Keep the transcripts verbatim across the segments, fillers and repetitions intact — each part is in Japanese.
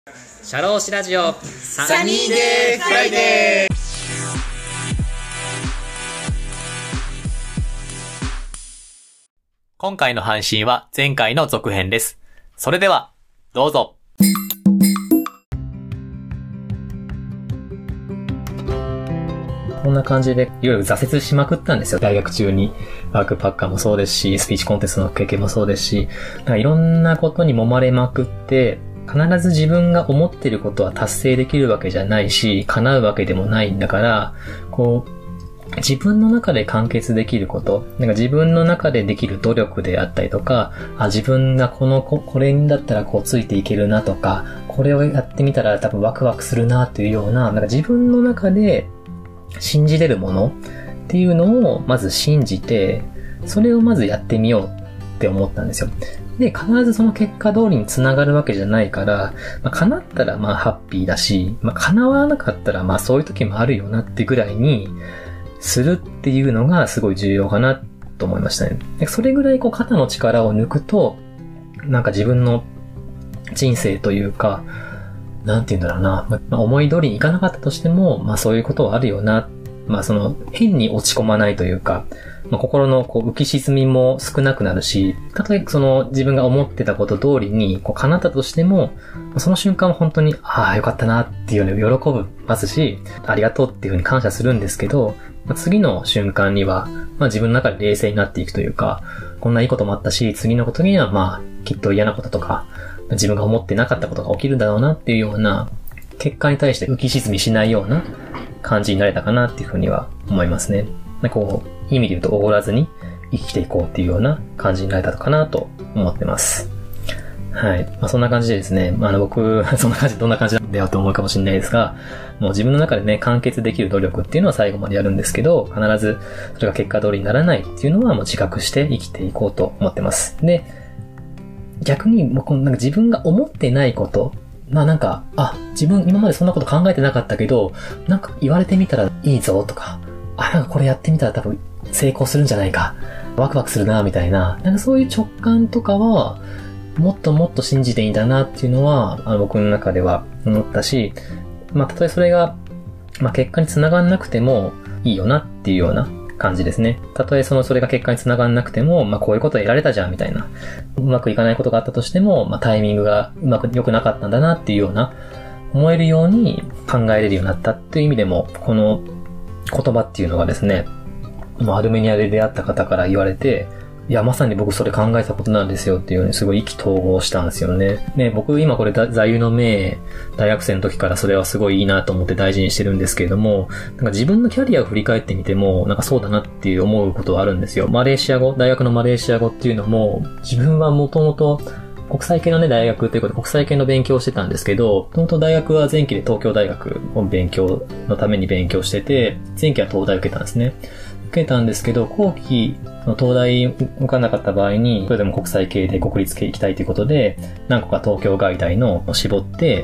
シャローシラジオサニーデーフライデー。 今回の配信は前回の続編です。それではどうぞ。 こんな感じでいろいろ挫折しまくったんですよ。大学中にワークパッカーもそうですし、スピーチコンテストの経験もそうですし、なんかいろんなことに揉まれまくって、必ず自分が思っていることは達成できるわけじゃないし、叶うわけでもないんだから、こう、自分の中で完結できること、なんか自分の中でできる努力であったりとか、あ、自分がこの、こ、これだったらこうついていけるなとか、これをやってみたら多分ワクワクするなというような、なんか自分の中で信じれるものっていうのをまず信じて、それをまずやってみようって思ったんですよ。で、必ずその結果通りに繋がるわけじゃないから、まあ、叶ったらまあハッピーだし、まあ、叶わなかったらまあそういう時もあるよなってぐらいにするっていうのがすごい重要かなと思いましたね。でそれぐらいこう肩の力を抜くと、なんか自分の人生というか、なんて言うんだろうな、まあ、思い通りにいかなかったとしても、まあそういうことはあるよな。まあその変に落ち込まないというか、まあ、心のこう浮き沈みも少なくなるし、たとえその自分が思ってたこと通りにこう叶ったとしても、その瞬間は本当に、ああよかったなっていうのを喜びますし、ありがとうっていうふうに感謝するんですけど、まあ、次の瞬間には、まあ自分の中で冷静になっていくというか、こんないいこともあったし、次のことにはまあきっと嫌なこととか、自分が思ってなかったことが起きるんだろうなっていうような、結果に対して浮き沈みしないような感じになれたかなっていうふうには思いますね。こう、意味で言うとおごらずに生きていこうっていうような感じになれたのかなと思ってます。はい。まあそんな感じでですね、まあ、あの僕、そんな感じ、どんな感じなんだよって思うかもしれないですが、もう自分の中でね、完結できる努力っていうのは最後までやるんですけど、必ずそれが結果通りにならないっていうのはもう自覚して生きていこうと思ってます。で、逆にもうこのなんか自分が思ってないこと、まあなんか、あ、自分今までそんなこと考えてなかったけど、なんか言われてみたらいいぞとか、あ、なんかこれやってみたら多分成功するんじゃないか、ワクワクするなみたいな、なんかそういう直感とかはもっともっと信じていいんだなっていうのはあの僕の中では思ったし、まあたとえそれがまあ結果につながんなくてもいいよなっていうような感じですね。たとえそのそれが結果につながんなくても、まあこういうことを得られたじゃんみたいな、うまくいかないことがあったとしても、まあタイミングがうまく良くなかったんだなっていうような思えるように考えれるようになったっていう意味でも、この言葉っていうのがですね、アルメニアで出会った方から言われて、いや、まさに僕それ考えたことなんですよっていうようにすごい意気投合したんですよね。ね、僕今これ座右の銘、大学生の時からそれはすごいいいなと思って大事にしてるんですけれども、なんか自分のキャリアを振り返ってみても、なんかそうだなっていう思うことはあるんですよ。マレーシア語、大学のマレーシア語っていうのも、自分はもともと国際系のね、大学ということで国際系の勉強をしてたんですけど、もともと大学は前期で東京大学を勉強のために勉強してて、前期は東大受けたんですね。受けたんですけど、後期の東大受かんなかった場合に、それでも国際系で国立系行きたいということで、何個か東京外大のを絞って、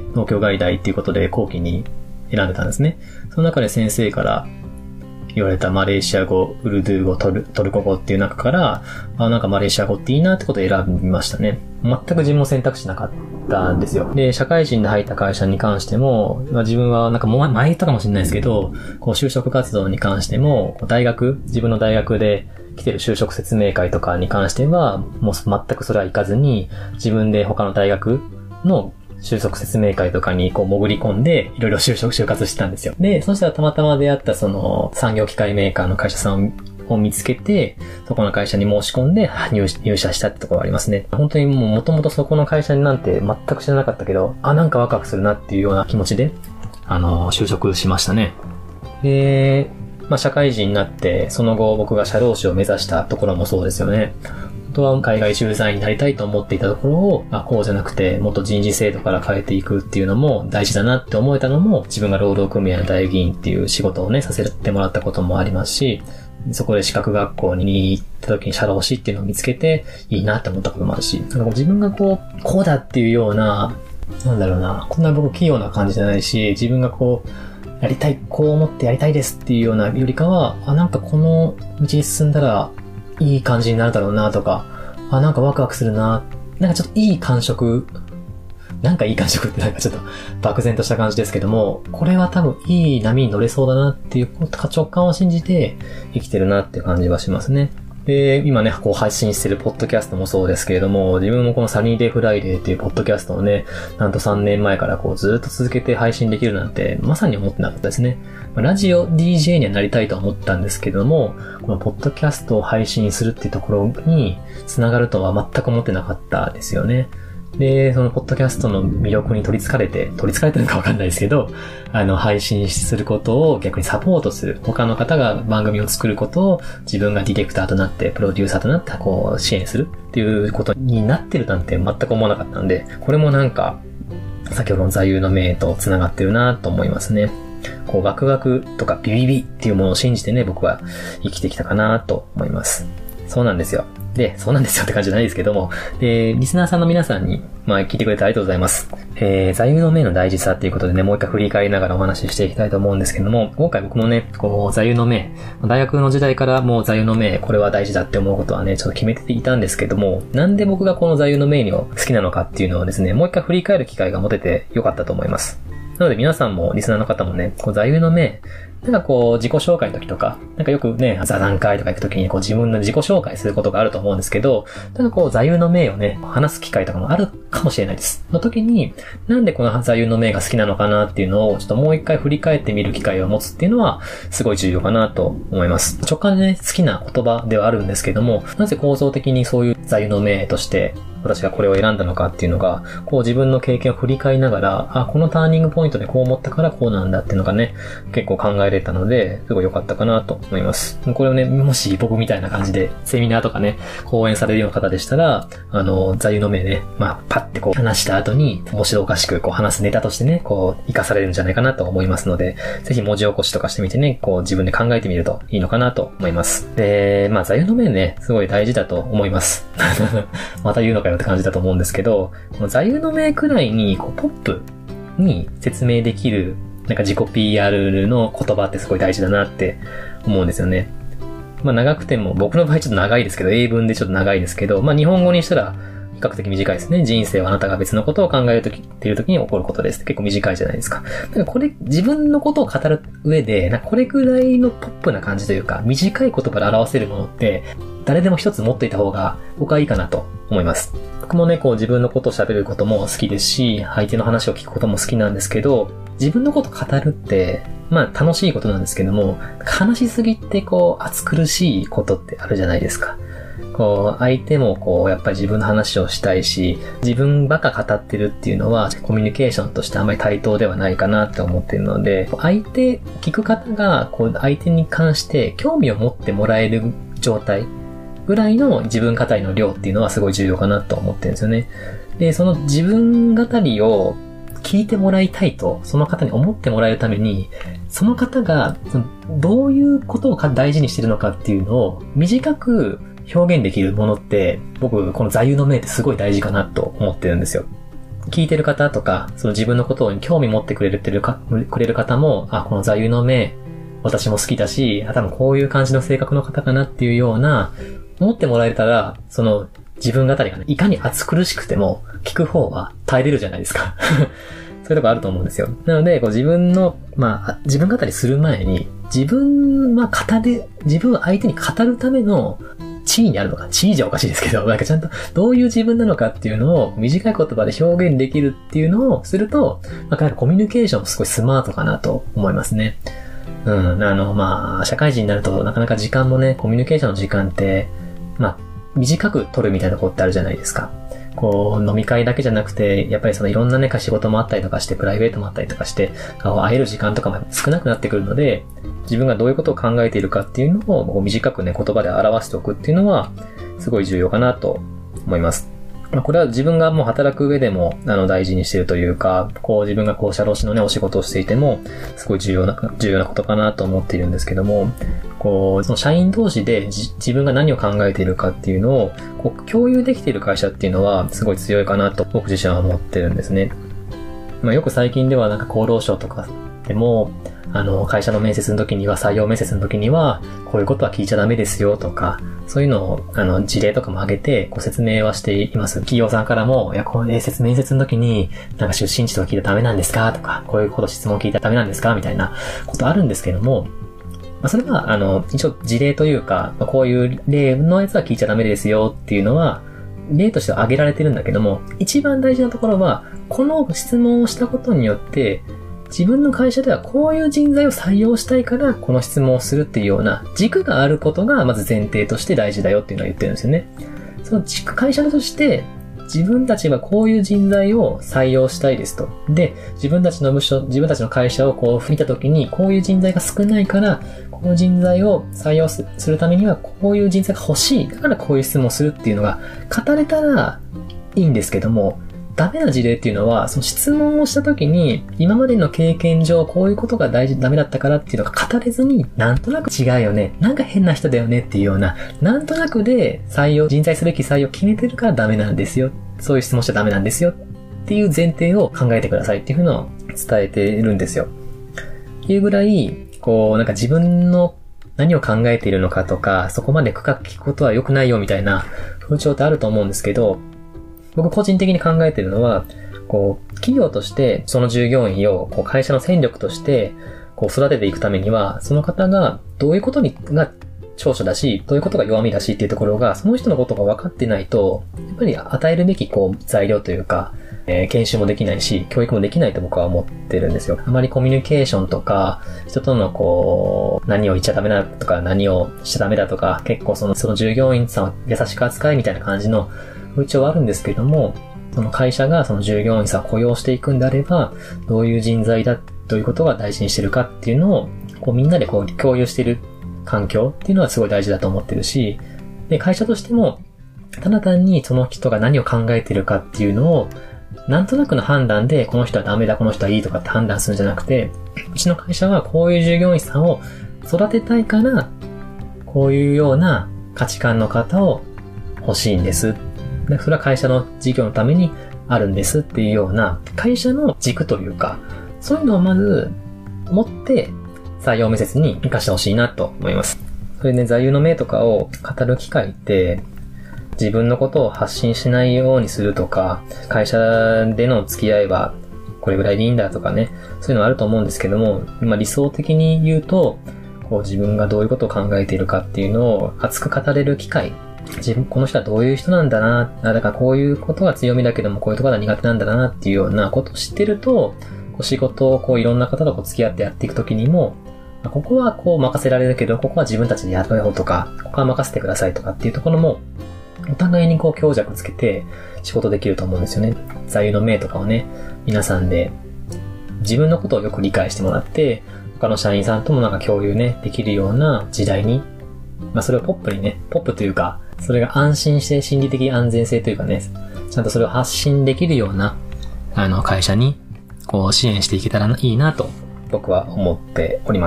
東京外大っていうことで後期に選んでたんですね。その中で先生から言われたマレーシア語、ウルドゥー語、トル、トルコ語っていう中から、あ、なんかマレーシア語っていいなってことを選びましたね。全く自分も選択肢なかったんですよ。で、社会人で入った会社に関しても、まあ、自分はなんかもう前言ったかもしれないですけど、こう就職活動に関しても、大学、自分の大学で来てる就職説明会とかに関しては、もう全くそれは行かずに、自分で他の大学の就職説明会とかにこう潜り込んで、いろいろ就職、就活してたんですよ。で、そしたらたまたま出会ったその産業機械メーカーの会社さんを見つけて、そこの会社に申し込んで入入社したってところがありますね。本当にもう元々そこの会社になんて全く知らなかったけど、あ、なんかワクワクするなっていうような気持ちで、あの、就職しましたね。で、まあ社会人になって、その後僕が社労士を目指したところもそうですよね。本当は海外駐在員になりたいと思っていたところを、あ、こうじゃなくて、もっと人事制度から変えていくっていうのも大事だなって思えたのも、自分が労働組合の大議員っていう仕事をね、させてもらったこともありますし、そこで資格学校に行った時に社労士っていうのを見つけて、いいなって思ったこともあるし、なんか自分がこう、こうだっていうような、なんだろうな、こんな僕器用な感じじゃないし、自分がこう、やりたい、こう思ってやりたいですっていうようなよりかは、あ、なんかこの道に進んだら、いい感じになるだろうなとか、あ、なんかワクワクするな、なんかちょっといい感触なんかいい感触ってなんかちょっと漠然とした感じですけども、これは多分いい波に乗れそうだなっていう直感を信じて生きてるなっていう感じはしますね。で、今ね、こう配信してるポッドキャストもそうですけれども、自分もこのサニーデイフライデーっていうポッドキャストをね、なんとさんねんまえからこうずっと続けて配信できるなんて、まさに思ってなかったですね。ラジオ ディージェー にはなりたいとは思ったんですけども、このポッドキャストを配信するっていうところに繋がるとは全く思ってなかったですよね。で、そのポッドキャストの魅力に取り憑かれて、取り憑かれてるのかわかんないですけど、あの、配信することを逆にサポートする。他の方が番組を作ることを自分がディレクターとなって、プロデューサーとなって、こう、支援するっていうことになってるなんて全く思わなかったんで、これもなんか、先ほどの座右の銘と繋がってるなと思いますね。こう、ワクワクとかビビビっていうものを信じてね、僕は生きてきたかなと思います。そうなんですよ。で、そうなんですよって感じじゃないですけども、で、リスナーさんの皆さんに、まあ、聞いてくれてありがとうございます。えー、座右の銘の大事さっていうことでね、もう一回振り返りながらお話ししていきたいと思うんですけども、今回僕もね、こう、座右の銘、大学の時代からもう座右の銘、これは大事だって思うことはね、ちょっと決めていたんですけども、なんで僕がこの座右の銘を好きなのかっていうのをですね、もう一回振り返る機会が持ててよかったと思います。なので皆さんも、リスナーの方もね、こう座右の銘、なんかこう、自己紹介の時とか、なんかよくね、座談会とか行く時にこう自分の自己紹介することがあると思うんですけど、なんかこう座右の銘をね、話す機会とかもあるかもしれないです。の時に、なんでこの座右の銘が好きなのかなっていうのを、ちょっともう一回振り返ってみる機会を持つっていうのは、すごい重要かなと思います。直感でね、好きな言葉ではあるんですけども、なぜ構造的にそういう座右の銘として、私がこれを選んだのかっていうのが、こう自分の経験を振り返りながら、あ、このターニングポイントでこう思ったからこうなんだっていうのがね、結構考えれたので、すごい良かったかなと思います。これをね、もし僕みたいな感じで、セミナーとかね、講演されるような方でしたら、あの、座右の銘ね、まあ、パッてこう話した後に、面白おかしくこう話すネタとしてね、こう、活かされるんじゃないかなと思いますので、ぜひ文字起こしとかしてみてね、こう自分で考えてみるといいのかなと思います。で、まあ、座右の銘ね、すごい大事だと思います。また言うのかよって感じだと思うんですけど、この座右の銘くらいに、こう、ポップに説明できる、なんか自己 ピーアール の言葉ってすごい大事だなって思うんですよね。まあ長くても、僕の場合ちょっと長いですけど、英文でちょっと長いですけど、まあ日本語にしたら比較的短いですね。人生はあなたが別のことを考えるときっていうときに起こることです。結構短いじゃないですか。だからこれ、自分のことを語る上で、なんかこれぐらいのポップな感じというか、短い言葉で表せるものって、誰でも一つ持っていた方が僕はいいかなと思います。僕もね、こう自分のことを喋ることも好きですし、相手の話を聞くことも好きなんですけど、自分のことを語るって、まあ楽しいことなんですけども、話しすぎてこう暑苦しいことってあるじゃないですか。こう相手もこうやっぱり自分の話をしたいし、自分ばっか語ってるっていうのはコミュニケーションとしてあんまり対等ではないかなって思っているので、相手、聞く方がこう相手に関して興味を持ってもらえる状態ぐらいの自分語りの量っていうのはすごい重要かなと思ってるんですよね。で、その自分語りを聞いてもらいたいと、その方に思ってもらえるために、その方がどういうことを大事にしてるのかっていうのを短く表現できるものって、僕この座右の銘ってすごい大事かなと思ってるんですよ。聞いてる方とか、その自分のことに興味持ってくれてるか、くれる方も、あ、この座右の銘、私も好きだし、多分こういう感じの性格の方かなっていうような、思ってもらえたら、その自分語りがね、いかに暑苦しくても聞く方は耐えれるじゃないですか。そういうとこあると思うんですよ。なので、こう自分の、まあ、自分語りする前に、自分は語で、自分を相手に語るための地位にあるのか、地位じゃおかしいですけど、なんかちゃんとどういう自分なのかっていうのを短い言葉で表現できるっていうのをすると、なんかコミュニケーションもすごいスマートかなと思いますね。うん、あの、まあ、社会人になるとなかなか時間もね、コミュニケーションの時間って、まあ、短く取るみたいなことってあるじゃないですか。こう、飲み会だけじゃなくて、やっぱりそのいろんなね、仕事もあったりとかして、プライベートもあったりとかして、会える時間とかも少なくなってくるので、自分がどういうことを考えているかっていうのを短くね、言葉で表しておくっていうのは、すごい重要かなと思います。これは自分がもう働く上でも、あの、大事にしているというか、こう自分がこう、社労士のね、お仕事をしていても、すごい重要な、重要なことかなと思っているんですけども、こう、その社員同士でじ自分が何を考えているかっていうのを、こう、共有できている会社っていうのは、すごい強いかなと僕自身は思ってるんですね。まあ、よく最近ではなんか厚労省とかても、あの、会社の面接の時には、採用面接の時には、こういうことは聞いちゃダメですよとか、そういうのを、あの、事例とかも挙げて、ご説明はしています。企業さんからも、いや、この面接、面接の時に、なんか出身地とか聞いたらダメなんですかとか、こういうこと質問聞いたらダメなんですかみたいなことあるんですけども、まあ、それは、あの、一応事例というか、まあ、こういう例のやつは聞いちゃダメですよっていうのは、例としては挙げられてるんだけども、一番大事なところは、この質問をしたことによって、自分の会社ではこういう人材を採用したいから、この質問をするっていうような軸があることが、まず前提として大事だよっていうのは言ってるんですよね。その軸、会社として、自分たちはこういう人材を採用したいですと。で、自分たちの部署、自分たちの会社をこう見たときに、こういう人材が少ないから、この人材を採用するためには、こういう人材が欲しい。だからこういう質問をするっていうのが語れたらいいんですけども、ダメな事例っていうのは、その質問をしたときに、今までの経験上、こういうことが大事、ダメだったからっていうのが語れずに、なんとなく違うよね、なんか変な人だよねっていうような、なんとなくで採用、人材すべき採用を決めてるからダメなんですよ。そういう質問しちゃダメなんですよ。っていう前提を考えてくださいっていうのを伝えているんですよ。っていうぐらい、こう、なんか自分の何を考えているのかとか、そこまで深く聞くことは良くないよみたいな風潮ってあると思うんですけど、僕個人的に考えているのは、こう、企業としてその従業員をこう会社の戦力としてこう育てていくためには、その方がどういうことにが長所だし、どういうことが弱みだしっていうところが、その人のことが分かってないと、やっぱり与えるべきこう材料というか、えー、研修もできないし、教育もできないと僕は思ってるんですよ。あまりコミュニケーションとか、人とのこう、何を言っちゃダメだとか、何をしちゃダメだとか、結構その、その従業員さんを優しく扱いみたいな感じの風潮はあるんですけども、その会社がその従業員さんを雇用していくんであれば、どういう人材だ、どういうことが大事にしてるかっていうのを、こうみんなでこう共有している環境っていうのはすごい大事だと思ってるし、で、会社としても、ただ単にその人が何を考えているかっていうのを、なんとなくの判断で、この人はダメだ、この人はいいとかって判断するんじゃなくて、うちの会社はこういう従業員さんを育てたいから、こういうような価値観の方を欲しいんです。でそれは会社の事業のためにあるんですっていうような、会社の軸というか、そういうのをまず持って採用面接に活かしてほしいなと思います。それでね、座右の銘とかを語る機会って、自分のことを発信しないようにするとか、会社での付き合いはこれぐらいでいいんだとかね、そういうのはあると思うんですけども、まあ、理想的に言うと、こう自分がどういうことを考えているかっていうのを熱く語れる機会、自分、この人はどういう人なんだな、だからこういうことが強みだけどもこういうところが苦手なんだなっていうようなことを知ってると、こう仕事をこういろんな方とこう付き合ってやっていくときにも、ここはこう任せられるけど、ここは自分たちでやろうとか、ここは任せてくださいとかっていうところも、お互いにこう強弱つけて仕事できると思うんですよね。座右の銘とかをね、皆さんで自分のことをよく理解してもらって、他の社員さんともなんか共有ね、できるような時代に、まあそれをポップにね、ポップというか、それが安心して心理的安全性というかね、ちゃんとそれを発信できるような、あの会社にこう支援していけたらいいなと僕は思っております。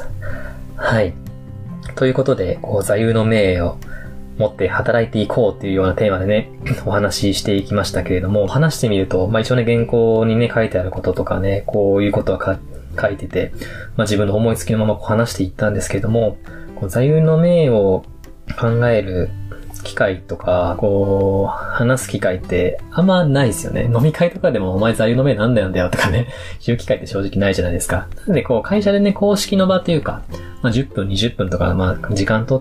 はい。ということで、こう座右の銘を持って働いていこうっていうようなテーマでね、お話ししていきましたけれども、話してみると、まあ一応ね、原稿にね、書いてあることとかね、こういうことはか書いてて、まあ自分の思いつきのままこう話していったんですけれども、こう座右の銘を考える機会とか、こう、話す機会ってあんまないですよね。飲み会とかでもお前座右の銘なんだよんだよとかね、言う機会って正直ないじゃないですか。なのでこう、会社でね、公式の場というか、まあじゅっぷん、にじゅっぷんとか、まあ時間とって、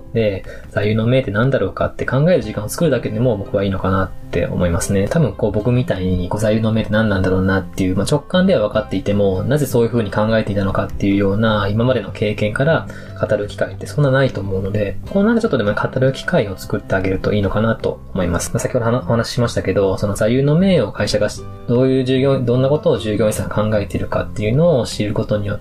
座右の銘って何だろうかって考える時間を作るだけでも僕はいいのかなって思いますね。多分こう僕みたいにこう座右の銘って何なんだろうなっていう、まあ直感では分かっていても、なぜそういう風に考えていたのかっていうような、今までの経験から語る機会ってそんなないと思うので、こうなんかちょっとでも語る機会を作ってあげるといいのかなと思います。まあ、先ほどお話ししましたけど、その座右の銘を会社がどういう従業員、どんなことを従業員さんが考えているかっていうのを知ることによって、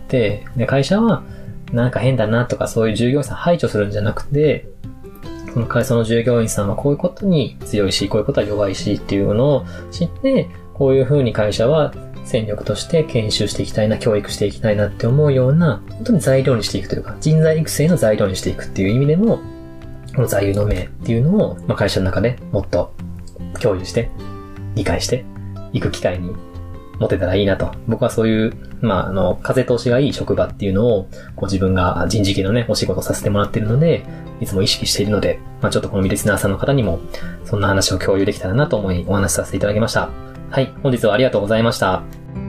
で会社はなんか変だなとかそういう従業員さん排除するんじゃなくて、その会社の従業員さんはこういうことに強いし、こういうことは弱いしっていうのを知って、こういう風に会社は戦力として研修していきたいな、教育していきたいなって思うような、本当に材料にしていくというか、人材育成の材料にしていくっていう意味でも、この座右の銘っていうのを、まあ、会社の中でもっと共有して、理解していく機会に持てたらいいなと。僕はそういう、まあ、あの、風通しがいい職場っていうのを、こう自分が人事系のね、お仕事させてもらっているので、いつも意識しているので、まあ、ちょっとこのリスナーさんの方にも、そんな話を共有できたらなと思い、お話しさせていただきました。はい、本日はありがとうございました。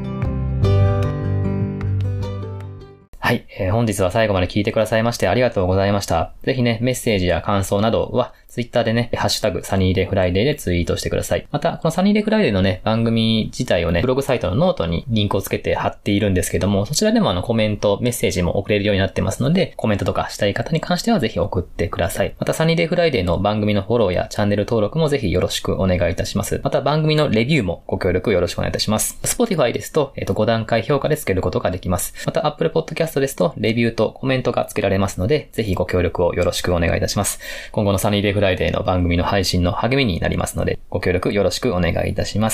はい、えー、本日は最後まで聞いてくださいましてありがとうございました。ぜひね、メッセージや感想などは、ツイッターでね、ハッシュタグ、サニーデイフライデーでツイートしてください。また、このサニーデイフライデーのね、番組自体をね、ブログサイトのノートにリンクをつけて貼っているんですけども、そちらでもあのコメント、メッセージも送れるようになってますので、コメントとかしたい方に関してはぜひ送ってください。また、サニーデイフライデーの番組のフォローやチャンネル登録もぜひよろしくお願いいたします。また、番組のレビューもご協力よろしくお願いいたします。Spotify ですと、えっと、ご段階評価でつけることができます。また、Apple Podcast ですと、レビューとコメントがつけられますので、ぜひご協力をよろしくお願いいたします。今後のサニーデイフライデーの番組の配信の励みになりますので、ご協力よろしくお願いいたします。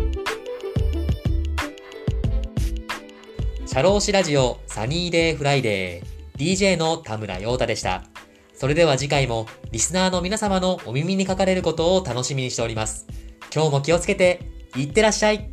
社労士ラジオサニーデイフライデー ディージェー の田村陽太でした。それでは次回もリスナーの皆様のお耳にかかれることを楽しみにしております。今日も気をつけていってらっしゃい。